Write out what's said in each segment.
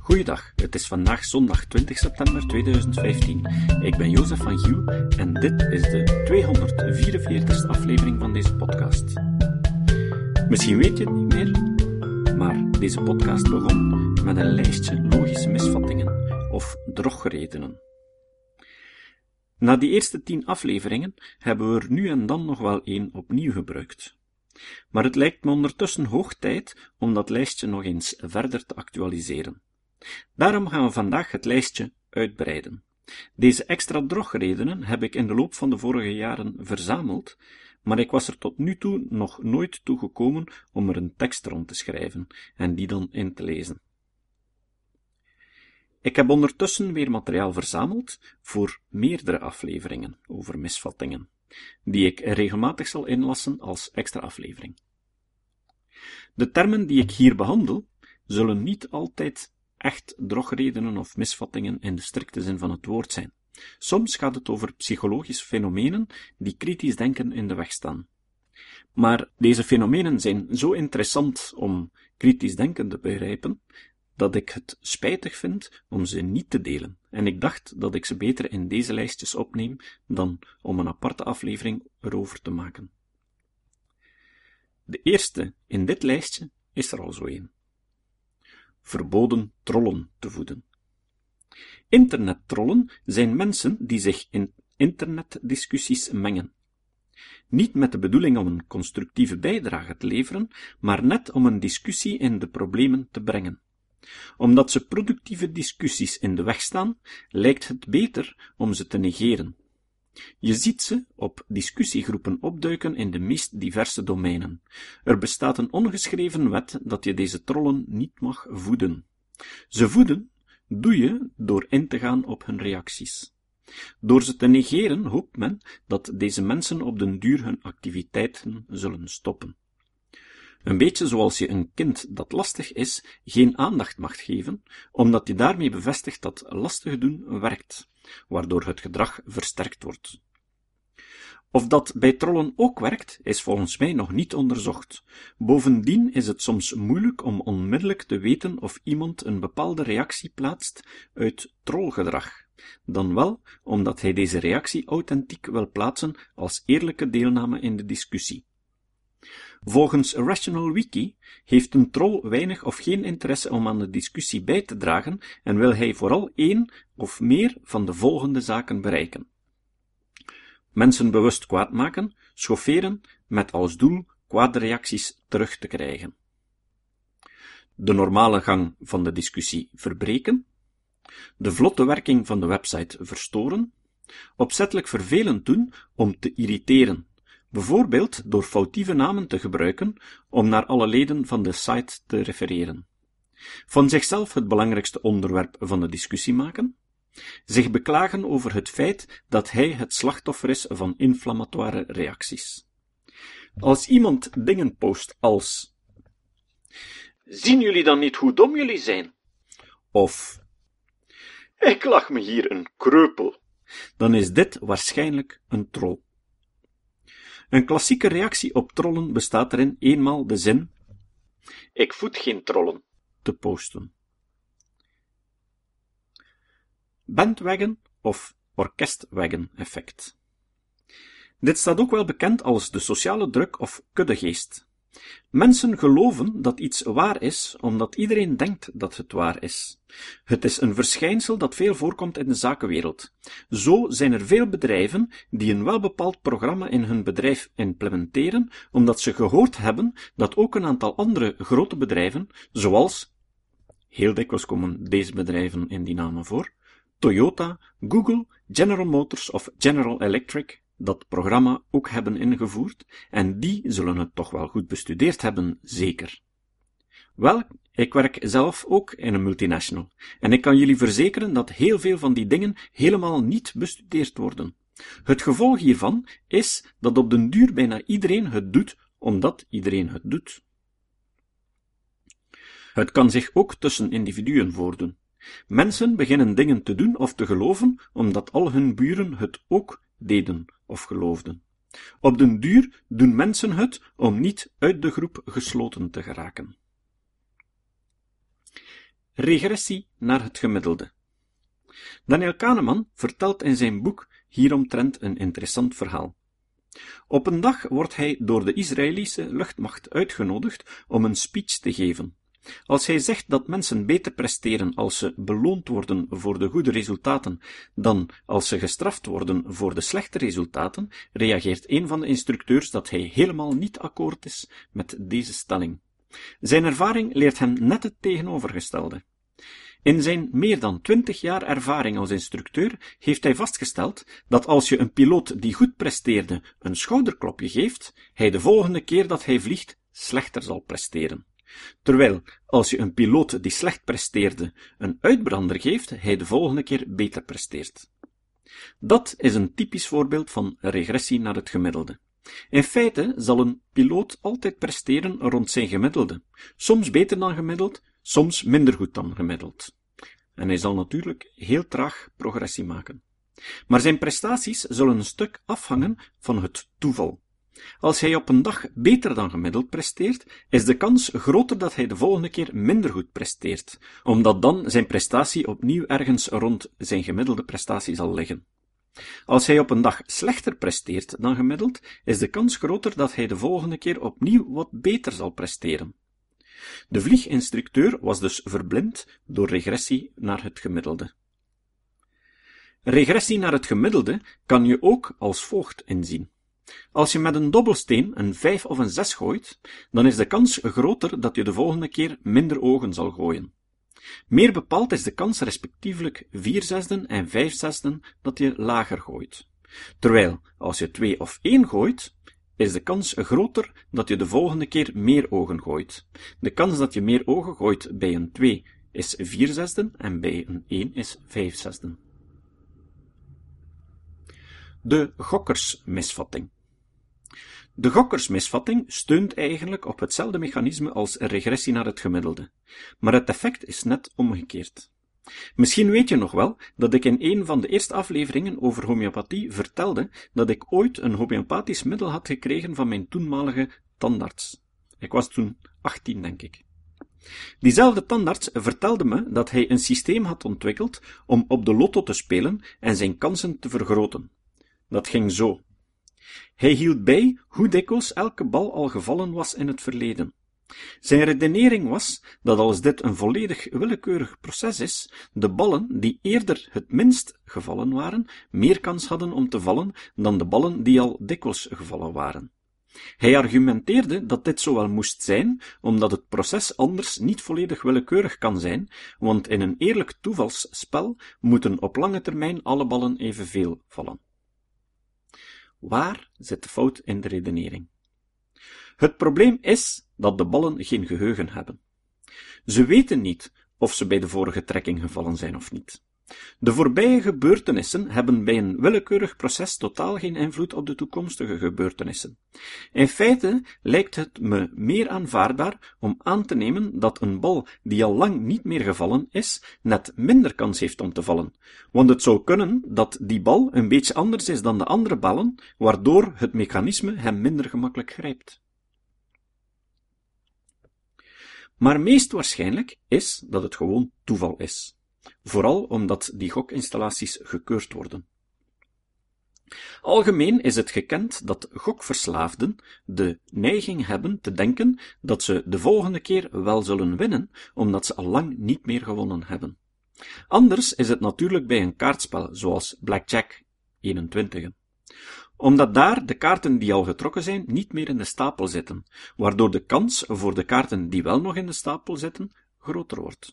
Goeiedag, het is vandaag zondag 20 september 2015. Ik ben Jozef van Giel en dit is de 244ste aflevering van deze podcast. Misschien weet je het niet meer, maar deze podcast begon met een lijstje logische misvattingen of drogredenen. Na die eerste 10 afleveringen hebben we er nu en dan nog wel één opnieuw gebruikt. Maar het lijkt me ondertussen hoog tijd om dat lijstje nog eens verder te actualiseren. Daarom gaan we vandaag het lijstje uitbreiden. Deze extra drogredenen heb ik in de loop van de vorige jaren verzameld, maar ik was er tot nu toe nog nooit toe gekomen om er een tekst rond te schrijven en die dan in te lezen. Ik heb ondertussen weer materiaal verzameld voor meerdere afleveringen over misvattingen, die ik regelmatig zal inlassen als extra aflevering. De termen die ik hier behandel, zullen niet altijd echt drogredenen of misvattingen in de strikte zin van het woord zijn. Soms gaat het over psychologische fenomenen die kritisch denken in de weg staan. Maar deze fenomenen zijn zo interessant om kritisch denken te begrijpen, dat ik het spijtig vind om ze niet te delen, en ik dacht dat ik ze beter in deze lijstjes opneem dan om een aparte aflevering erover te maken. De eerste in dit lijstje is er al zo een. Verboden trollen te voeden. Internettrollen zijn mensen die zich in internetdiscussies mengen. Niet met de bedoeling om een constructieve bijdrage te leveren, maar net om een discussie in de problemen te brengen. Omdat ze productieve discussies in de weg staan, lijkt het beter om ze te negeren. Je ziet ze op discussiegroepen opduiken in de meest diverse domeinen. Er bestaat een ongeschreven wet dat je deze trollen niet mag voeden. Ze voeden doe je door in te gaan op hun reacties. Door ze te negeren hoopt men dat deze mensen op den duur hun activiteiten zullen stoppen. Een beetje zoals je een kind dat lastig is geen aandacht mag geven, omdat je daarmee bevestigt dat lastig doen werkt, waardoor het gedrag versterkt wordt. Of dat bij trollen ook werkt, is volgens mij nog niet onderzocht. Bovendien is het soms moeilijk om onmiddellijk te weten of iemand een bepaalde reactie plaatst uit trollgedrag, dan wel omdat hij deze reactie authentiek wil plaatsen als eerlijke deelname in de discussie. Volgens Rational Wiki heeft een troll weinig of geen interesse om aan de discussie bij te dragen en wil hij vooral 1 of meer van de volgende zaken bereiken. Mensen bewust kwaad maken, schofferen, met als doel kwade reacties terug te krijgen. De normale gang van de discussie verbreken, de vlotte werking van de website verstoren, opzettelijk vervelend doen om te irriteren, bijvoorbeeld door foutieve namen te gebruiken om naar alle leden van de site te refereren. Van zichzelf het belangrijkste onderwerp van de discussie maken. Zich beklagen over het feit dat hij het slachtoffer is van inflammatoire reacties. Als iemand dingen post als: zien jullie dan niet hoe dom jullie zijn? Of: ik lach me hier een kreupel, dan is dit waarschijnlijk een troll. Een klassieke reactie op trollen bestaat erin eenmaal de zin: ik voed geen trollen, te posten. Bandwagon of orkestwagon effect. Dit staat ook wel bekend als de sociale druk of kuddegeest. Mensen geloven dat iets waar is, omdat iedereen denkt dat het waar is. Het is een verschijnsel dat veel voorkomt in de zakenwereld. Zo zijn er veel bedrijven die een welbepaald programma in hun bedrijf implementeren, omdat ze gehoord hebben dat ook een aantal andere grote bedrijven, zoals, heel dikwijls komen deze bedrijven in die namen voor, Toyota, Google, General Motors of General Electric, dat programma ook hebben ingevoerd, en die zullen het toch wel goed bestudeerd hebben, zeker. Wel, ik werk zelf ook in een multinational, en ik kan jullie verzekeren dat heel veel van die dingen helemaal niet bestudeerd worden. Het gevolg hiervan is dat op den duur bijna iedereen het doet, omdat iedereen het doet. Het kan zich ook tussen individuen voordoen. Mensen beginnen dingen te doen of te geloven, omdat al hun buren het ook deden of geloofden. Op den duur doen mensen het om niet uit de groep gesloten te geraken. Regressie naar het gemiddelde. Daniel Kahneman vertelt in zijn boek hieromtrent een interessant verhaal. Op een dag wordt hij door de Israëlische luchtmacht uitgenodigd om een speech te geven. Als hij zegt dat mensen beter presteren als ze beloond worden voor de goede resultaten dan als ze gestraft worden voor de slechte resultaten, reageert een van de instructeurs dat hij helemaal niet akkoord is met deze stelling. Zijn ervaring leert hem net het tegenovergestelde. In zijn meer dan 20 jaar ervaring als instructeur heeft hij vastgesteld dat als je een piloot die goed presteerde een schouderklopje geeft, hij de volgende keer dat hij vliegt slechter zal presteren. Terwijl, als je een piloot die slecht presteerde een uitbrander geeft, hij de volgende keer beter presteert. Dat is een typisch voorbeeld van regressie naar het gemiddelde. In feite zal een piloot altijd presteren rond zijn gemiddelde, soms beter dan gemiddeld, soms minder goed dan gemiddeld. En hij zal natuurlijk heel traag progressie maken. Maar zijn prestaties zullen een stuk afhangen van het toeval. Als hij op een dag beter dan gemiddeld presteert, is de kans groter dat hij de volgende keer minder goed presteert, omdat dan zijn prestatie opnieuw ergens rond zijn gemiddelde prestatie zal liggen. Als hij op een dag slechter presteert dan gemiddeld, is de kans groter dat hij de volgende keer opnieuw wat beter zal presteren. De vlieginstructeur was dus verblind door regressie naar het gemiddelde. Regressie naar het gemiddelde kan je ook als volgt inzien. Als je met een dobbelsteen een 5 of een 6 gooit, dan is de kans groter dat je de volgende keer minder ogen zal gooien. Meer bepaald is de kans respectievelijk 4/6 en 5/6 dat je lager gooit. Terwijl, als je 2 of 1 gooit, is de kans groter dat je de volgende keer meer ogen gooit. De kans dat je meer ogen gooit bij een 2 is 4/6 en bij een 1 is 5/6. De gokkersmisvatting. De gokkersmisvatting steunt eigenlijk op hetzelfde mechanisme als regressie naar het gemiddelde, maar het effect is net omgekeerd. Misschien weet je nog wel dat ik in een van de eerste afleveringen over homeopathie vertelde dat ik ooit een homeopathisch middel had gekregen van mijn toenmalige tandarts. Ik was toen 18, denk ik. Diezelfde tandarts vertelde me dat hij een systeem had ontwikkeld om op de lotto te spelen en zijn kansen te vergroten. Dat ging zo. Hij hield bij hoe dikwijls elke bal al gevallen was in het verleden. Zijn redenering was dat als dit een volledig willekeurig proces is, de ballen die eerder het minst gevallen waren, meer kans hadden om te vallen dan de ballen die al dikwijls gevallen waren. Hij argumenteerde dat dit zo wel moest zijn, omdat het proces anders niet volledig willekeurig kan zijn, want in een eerlijk toevalsspel moeten op lange termijn alle ballen evenveel vallen. Waar zit de fout in de redenering? Het probleem is dat de ballen geen geheugen hebben. Ze weten niet of ze bij de vorige trekking gevallen zijn of niet. De voorbije gebeurtenissen hebben bij een willekeurig proces totaal geen invloed op de toekomstige gebeurtenissen. In feite lijkt het me meer aanvaardbaar om aan te nemen dat een bal die al lang niet meer gevallen is, net minder kans heeft om te vallen, want het zou kunnen dat die bal een beetje anders is dan de andere ballen, waardoor het mechanisme hem minder gemakkelijk grijpt. Maar meest waarschijnlijk is dat het gewoon toeval is. Vooral omdat die gokinstallaties gekeurd worden. Algemeen is het gekend dat gokverslaafden de neiging hebben te denken dat ze de volgende keer wel zullen winnen, omdat ze al lang niet meer gewonnen hebben. Anders is het natuurlijk bij een kaartspel, zoals Blackjack 21. Omdat daar de kaarten die al getrokken zijn niet meer in de stapel zitten, waardoor de kans voor de kaarten die wel nog in de stapel zitten groter wordt.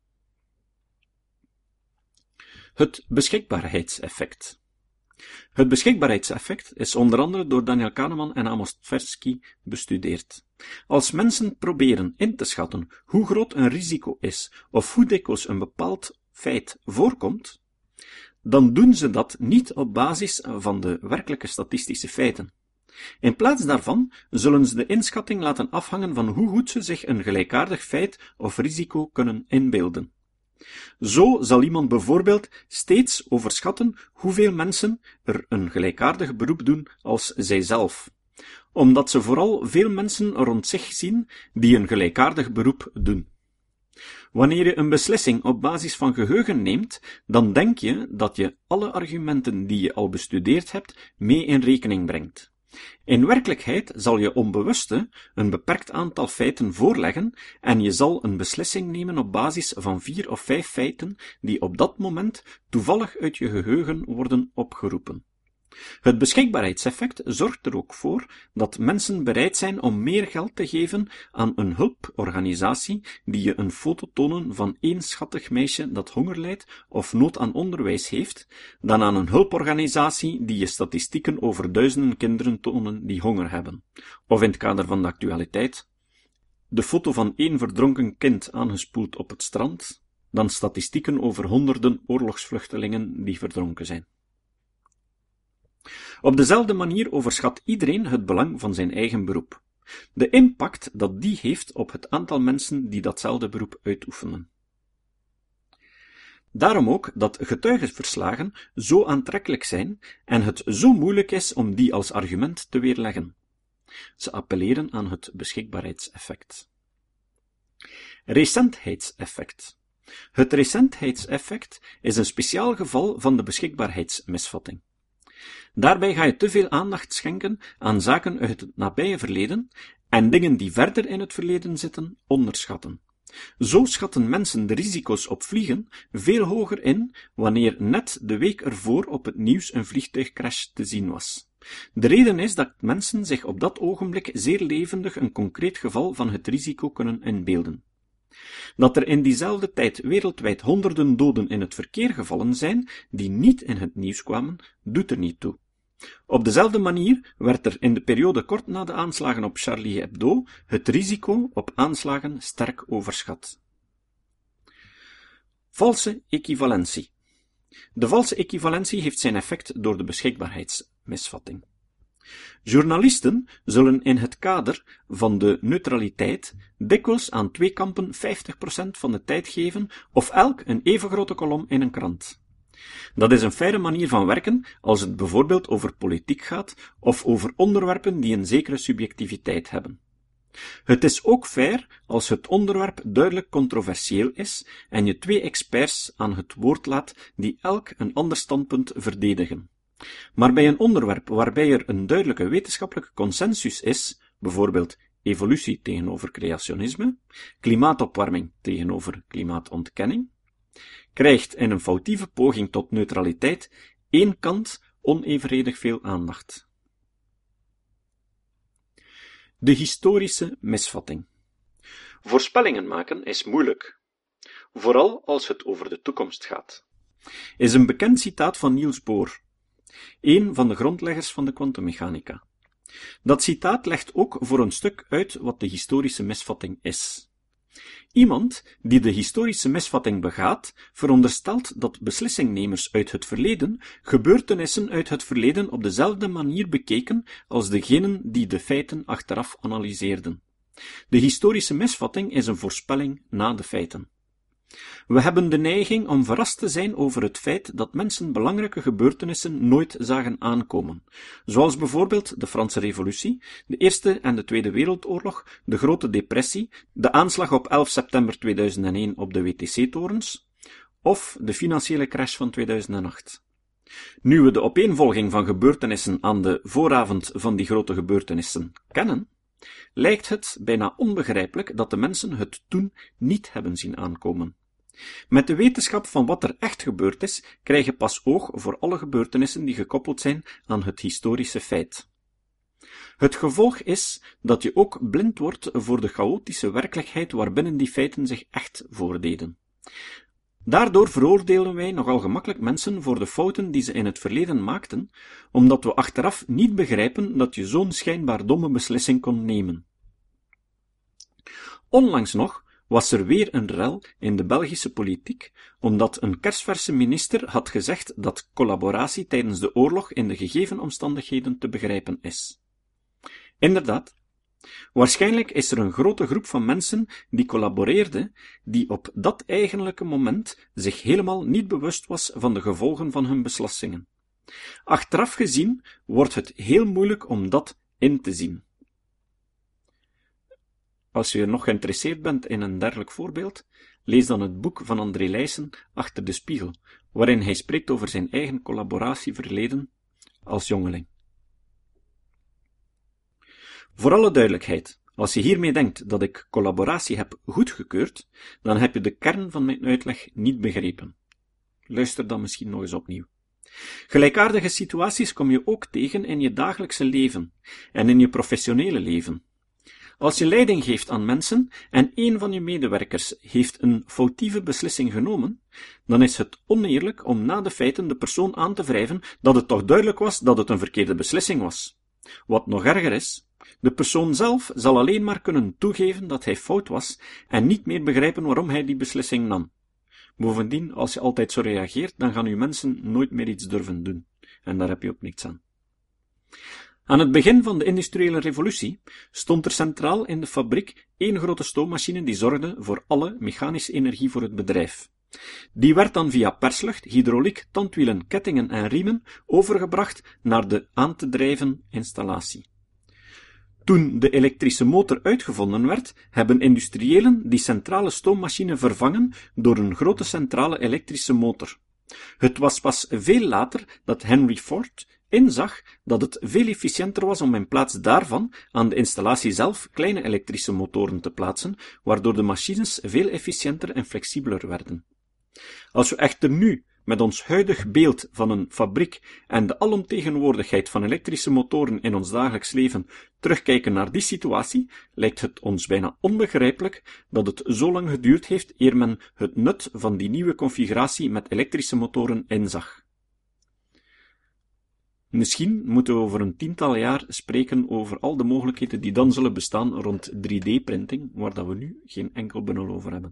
Het beschikbaarheidseffect. Het beschikbaarheidseffect is onder andere door Daniel Kahneman en Amos Tversky bestudeerd. Als mensen proberen in te schatten hoe groot een risico is of hoe dikwijls een bepaald feit voorkomt, dan doen ze dat niet op basis van de werkelijke statistische feiten. In plaats daarvan zullen ze de inschatting laten afhangen van hoe goed ze zich een gelijkaardig feit of risico kunnen inbeelden. Zo zal iemand bijvoorbeeld steeds overschatten hoeveel mensen er een gelijkaardig beroep doen als zijzelf, omdat ze vooral veel mensen rond zich zien die een gelijkaardig beroep doen. Wanneer je een beslissing op basis van geheugen neemt, dan denk je dat je alle argumenten die je al bestudeerd hebt mee in rekening brengt. In werkelijkheid zal je onbewuste een beperkt aantal feiten voorleggen en je zal een beslissing nemen op basis van 4 of 5 feiten die op dat moment toevallig uit je geheugen worden opgeroepen. Het beschikbaarheidseffect zorgt er ook voor dat mensen bereid zijn om meer geld te geven aan een hulporganisatie die je een foto tonen van één schattig meisje dat honger lijdt of nood aan onderwijs heeft, dan aan een hulporganisatie die je statistieken over duizenden kinderen tonen die honger hebben. Of in het kader van de actualiteit, de foto van één verdronken kind aangespoeld op het strand, dan statistieken over honderden oorlogsvluchtelingen die verdronken zijn. Op dezelfde manier overschat iedereen het belang van zijn eigen beroep. De impact dat die heeft op het aantal mensen die datzelfde beroep uitoefenen. Daarom ook dat getuigenverslagen zo aantrekkelijk zijn en het zo moeilijk is om die als argument te weerleggen. Ze appelleren aan het beschikbaarheidseffect. Recentheidseffect. Het recentheidseffect is een speciaal geval van de beschikbaarheidsmisvatting. Daarbij ga je te veel aandacht schenken aan zaken uit het nabije verleden en dingen die verder in het verleden zitten onderschatten. Zo schatten mensen de risico's op vliegen veel hoger in wanneer net de week ervoor op het nieuws een vliegtuigcrash te zien was. De reden is dat mensen zich op dat ogenblik zeer levendig een concreet geval van het risico kunnen inbeelden. Dat er in diezelfde tijd wereldwijd honderden doden in het verkeer gevallen zijn, die niet in het nieuws kwamen, doet er niet toe. Op dezelfde manier werd er in de periode kort na de aanslagen op Charlie Hebdo het risico op aanslagen sterk overschat. Valse equivalentie. De valse equivalentie heeft zijn effect door de beschikbaarheidsmisvatting. Journalisten zullen in het kader van de neutraliteit dikwijls aan twee kampen 50% van de tijd geven of elk een even grote kolom in een krant. Dat is een faire manier van werken als het bijvoorbeeld over politiek gaat of over onderwerpen die een zekere subjectiviteit hebben. Het is ook fair als het onderwerp duidelijk controversieel is en je twee experts aan het woord laat die elk een ander standpunt verdedigen. Maar bij een onderwerp waarbij er een duidelijke wetenschappelijke consensus is, bijvoorbeeld evolutie tegenover creationisme, klimaatopwarming tegenover klimaatontkenning, krijgt in een foutieve poging tot neutraliteit één kant onevenredig veel aandacht. De historische misvatting. Voorspellingen maken is moeilijk, vooral als het over de toekomst gaat, is een bekend citaat van Niels Bohr, een van de grondleggers van de kwantummechanica. Dat citaat legt ook voor een stuk uit wat de historische misvatting is. Iemand die de historische misvatting begaat, veronderstelt dat beslissingnemers uit het verleden gebeurtenissen uit het verleden op dezelfde manier bekeken als degenen die de feiten achteraf analyseerden. De historische misvatting is een voorspelling na de feiten. We hebben de neiging om verrast te zijn over het feit dat mensen belangrijke gebeurtenissen nooit zagen aankomen, zoals bijvoorbeeld de Franse Revolutie, de Eerste en de Tweede Wereldoorlog, de Grote Depressie, de aanslag op 11 september 2001 op de WTC-torens, of de financiële crash van 2008. Nu we de opeenvolging van gebeurtenissen aan de vooravond van die grote gebeurtenissen kennen, lijkt het bijna onbegrijpelijk dat de mensen het toen niet hebben zien aankomen. Met de wetenschap van wat er echt gebeurd is, krijg je pas oog voor alle gebeurtenissen die gekoppeld zijn aan het historische feit. Het gevolg is dat je ook blind wordt voor de chaotische werkelijkheid waarbinnen die feiten zich echt voordeden. Daardoor veroordelen wij nogal gemakkelijk mensen voor de fouten die ze in het verleden maakten, omdat we achteraf niet begrijpen dat je zo'n schijnbaar domme beslissing kon nemen. Onlangs nog was er weer een rel in de Belgische politiek, omdat een kersverse minister had gezegd dat collaboratie tijdens de oorlog in de gegeven omstandigheden te begrijpen is. Inderdaad, waarschijnlijk is er een grote groep van mensen die collaboreerde, die op dat eigenlijke moment zich helemaal niet bewust was van de gevolgen van hun beslissingen. Achteraf gezien wordt het heel moeilijk om dat in te zien. Als je nog geïnteresseerd bent in een dergelijk voorbeeld, lees dan het boek van André Leijsen, Achter de spiegel, waarin hij spreekt over zijn eigen collaboratieverleden als jongeling. Voor alle duidelijkheid, als je hiermee denkt dat ik collaboratie heb goedgekeurd, dan heb je de kern van mijn uitleg niet begrepen. Luister dan misschien nog eens opnieuw. Gelijkaardige situaties kom je ook tegen in je dagelijkse leven en in je professionele leven. Als je leiding geeft aan mensen en een van je medewerkers heeft een foutieve beslissing genomen, dan is het oneerlijk om na de feiten de persoon aan te wrijven dat het toch duidelijk was dat het een verkeerde beslissing was. Wat nog erger is, de persoon zelf zal alleen maar kunnen toegeven dat hij fout was en niet meer begrijpen waarom hij die beslissing nam. Bovendien, als je altijd zo reageert, dan gaan uw mensen nooit meer iets durven doen. En daar heb je ook niks aan. Aan het begin van de industriële revolutie stond er centraal in de fabriek één grote stoommachine die zorgde voor alle mechanische energie voor het bedrijf. Die werd dan via perslucht, hydrauliek, tandwielen, kettingen en riemen overgebracht naar de aan te drijven installatie. Toen de elektrische motor uitgevonden werd, hebben industriëlen die centrale stoommachine vervangen door een grote centrale elektrische motor. Het was pas veel later dat Henry Ford inzag dat het veel efficiënter was om in plaats daarvan aan de installatie zelf kleine elektrische motoren te plaatsen, waardoor de machines veel efficiënter en flexibeler werden. Als we echter nu met ons huidig beeld van een fabriek en de alomtegenwoordigheid van elektrische motoren in ons dagelijks leven terugkijken naar die situatie, lijkt het ons bijna onbegrijpelijk dat het zo lang geduurd heeft eer men het nut van die nieuwe configuratie met elektrische motoren inzag. Misschien moeten we over een tiental jaar spreken over al de mogelijkheden die dan zullen bestaan rond 3D-printing, waar dat we nu geen enkel benul over hebben.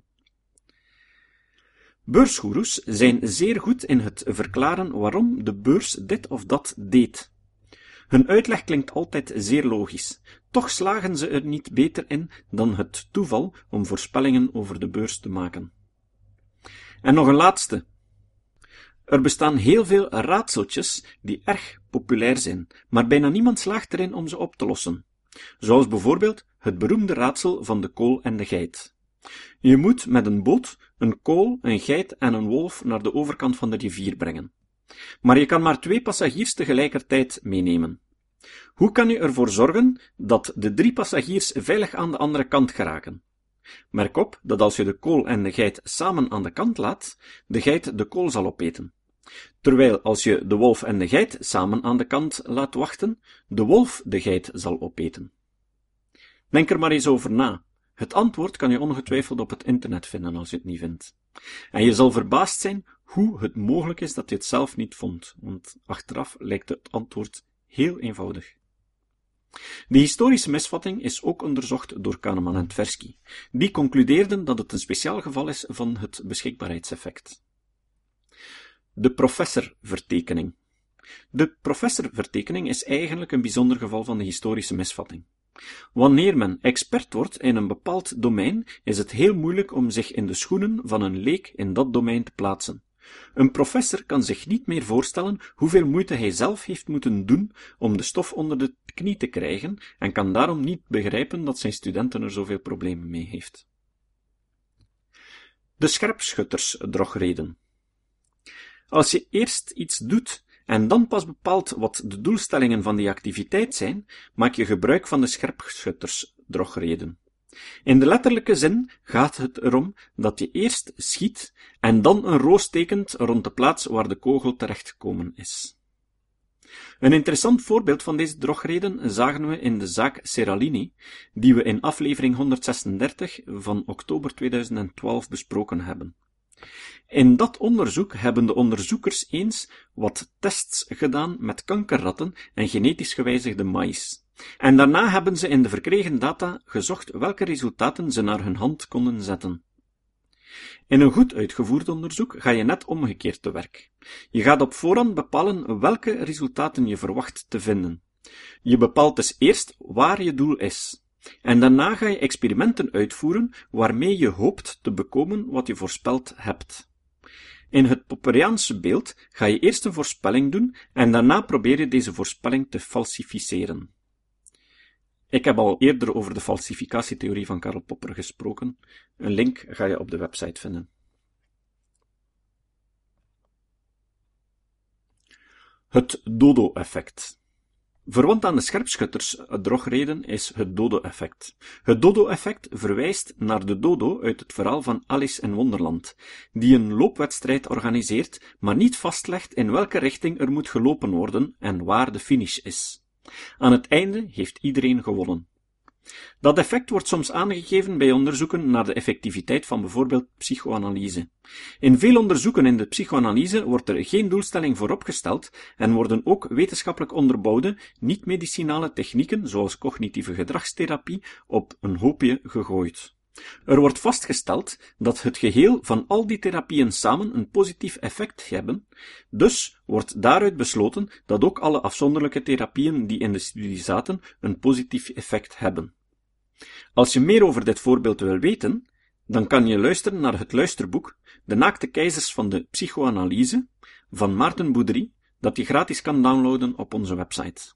Beursgoeroes zijn zeer goed in het verklaren waarom de beurs dit of dat deed. Hun uitleg klinkt altijd zeer logisch, toch slagen ze er niet beter in dan het toeval om voorspellingen over de beurs te maken. En nog een laatste. Er bestaan heel veel raadseltjes die erg populair zijn, maar bijna niemand slaagt erin om ze op te lossen. Zoals bijvoorbeeld het beroemde raadsel van de kool en de geit. Je moet met een boot een kool, een geit en een wolf naar de overkant van de rivier brengen. Maar je kan maar 2 passagiers tegelijkertijd meenemen. Hoe kan je ervoor zorgen dat de 3 passagiers veilig aan de andere kant geraken? Merk op dat als je de kool en de geit samen aan de kant laat, de geit de kool zal opeten. Terwijl als je de wolf en de geit samen aan de kant laat wachten, de wolf de geit zal opeten. Denk er maar eens over na. Het antwoord kan je ongetwijfeld op het internet vinden als je het niet vindt. En je zal verbaasd zijn hoe het mogelijk is dat je het zelf niet vond, want achteraf lijkt het antwoord heel eenvoudig. De historische misvatting is ook onderzocht door Kahneman en Tversky. Die concludeerden dat het een speciaal geval is van het beschikbaarheidseffect. De professorvertekening. De professorvertekening is eigenlijk een bijzonder geval van de historische misvatting. Wanneer men expert wordt in een bepaald domein, is het heel moeilijk om zich in de schoenen van een leek in dat domein te plaatsen. Een professor kan zich niet meer voorstellen hoeveel moeite hij zelf heeft moeten doen om de stof onder de knie te krijgen en kan daarom niet begrijpen dat zijn studenten er zoveel problemen mee heeft. De scherpschuttersdrogreden. Als je eerst iets doet en dan pas bepaalt wat de doelstellingen van die activiteit zijn, maak je gebruik van de scherpschuttersdrogreden. In de letterlijke zin gaat het erom dat je eerst schiet en dan een roos tekent rond de plaats waar de kogel terechtgekomen is. Een interessant voorbeeld van deze drogreden zagen we in de zaak Seralini, die we in aflevering 136 van oktober 2012 besproken hebben. In dat onderzoek hebben de onderzoekers eens wat tests gedaan met kankerratten en genetisch gewijzigde maïs. En daarna hebben ze in de verkregen data gezocht welke resultaten ze naar hun hand konden zetten. In een goed uitgevoerd onderzoek ga je net omgekeerd te werk. Je gaat op voorhand bepalen welke resultaten je verwacht te vinden. Je bepaalt dus eerst waar je doel is. En daarna ga je experimenten uitvoeren waarmee je hoopt te bekomen wat je voorspeld hebt. In het Popperiaanse beeld ga je eerst een voorspelling doen en daarna probeer je deze voorspelling te falsificeren. Ik heb al eerder over de falsificatietheorie van Karl Popper gesproken. Een link ga je op de website vinden. Het dodo-effect. Verwant aan de scherpschuttersdrogreden is het dodo-effect. Het dodo-effect verwijst naar de dodo uit het verhaal van Alice in Wonderland, die een loopwedstrijd organiseert, maar niet vastlegt in welke richting er moet gelopen worden en waar de finish is. Aan het einde heeft iedereen gewonnen. Dat effect wordt soms aangegeven bij onderzoeken naar de effectiviteit van bijvoorbeeld psychoanalyse. In veel onderzoeken in de psychoanalyse wordt er geen doelstelling vooropgesteld en worden ook wetenschappelijk onderbouwde, niet-medicinale technieken, zoals cognitieve gedragstherapie, op een hoopje gegooid. Er wordt vastgesteld dat het geheel van al die therapieën samen een positief effect hebben, dus wordt daaruit besloten dat ook alle afzonderlijke therapieën die in de studie zaten een positief effect hebben. Als je meer over dit voorbeeld wil weten, dan kan je luisteren naar het luisterboek De naakte keizers van de psychoanalyse van Maarten Boudry, dat je gratis kan downloaden op onze website.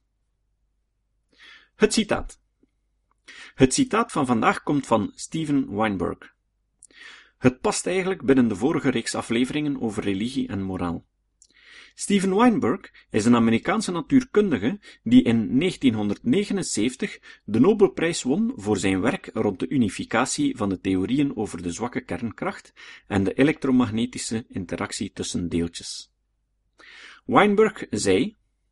Het citaat. Het citaat van vandaag komt van Steven Weinberg. Het past eigenlijk binnen de vorige reeks afleveringen over religie en moraal. Steven Weinberg is een Amerikaanse natuurkundige die in 1979 de Nobelprijs won voor zijn werk rond de unificatie van de theorieën over de zwakke kernkracht en de elektromagnetische interactie tussen deeltjes. Weinberg zei: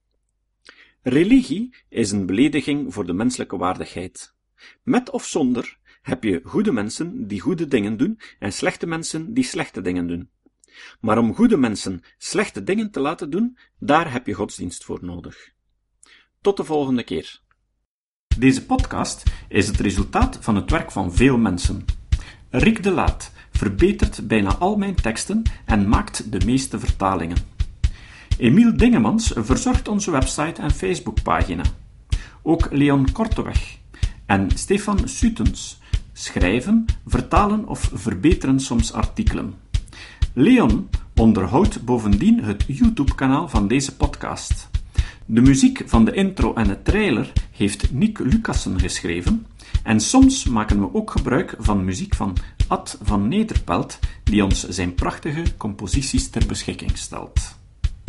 religie is een belediging voor de menselijke waardigheid. Met of zonder heb je goede mensen die goede dingen doen en slechte mensen die slechte dingen doen. Maar om goede mensen slechte dingen te laten doen, daar heb je godsdienst voor nodig. Tot de volgende keer. Deze podcast is het resultaat van het werk van veel mensen. Rick de Laat verbetert bijna al mijn teksten en maakt de meeste vertalingen. Emiel Dingemans verzorgt onze website en Facebookpagina. Ook Leon Korteweg en Stefan Sutens schrijven, vertalen of verbeteren soms artikelen. Leon onderhoudt bovendien het YouTube-kanaal van deze podcast. De muziek van de intro en de trailer heeft Nick Lucassen geschreven en soms maken we ook gebruik van muziek van Ad van Nederpelt, die ons zijn prachtige composities ter beschikking stelt.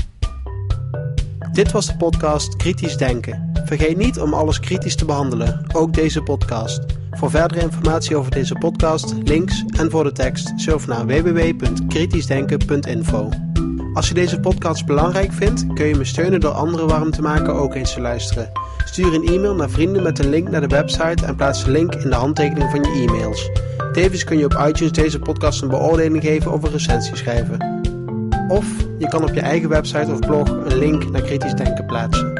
Dit was de podcast Kritisch Denken. Vergeet niet om alles kritisch te behandelen, ook deze podcast. Voor verdere informatie over deze podcast, links en voor de tekst, surf naar www.kritischdenken.info. Als je deze podcast belangrijk vindt, kun je me steunen door anderen warm te maken ook eens te luisteren. Stuur een e-mail naar vrienden met een link naar de website en plaats de link in de handtekening van je e-mails. Tevens kun je op iTunes deze podcast een beoordeling geven of een recensie schrijven. Of je kan op je eigen website of blog een link naar Kritisch Denken plaatsen.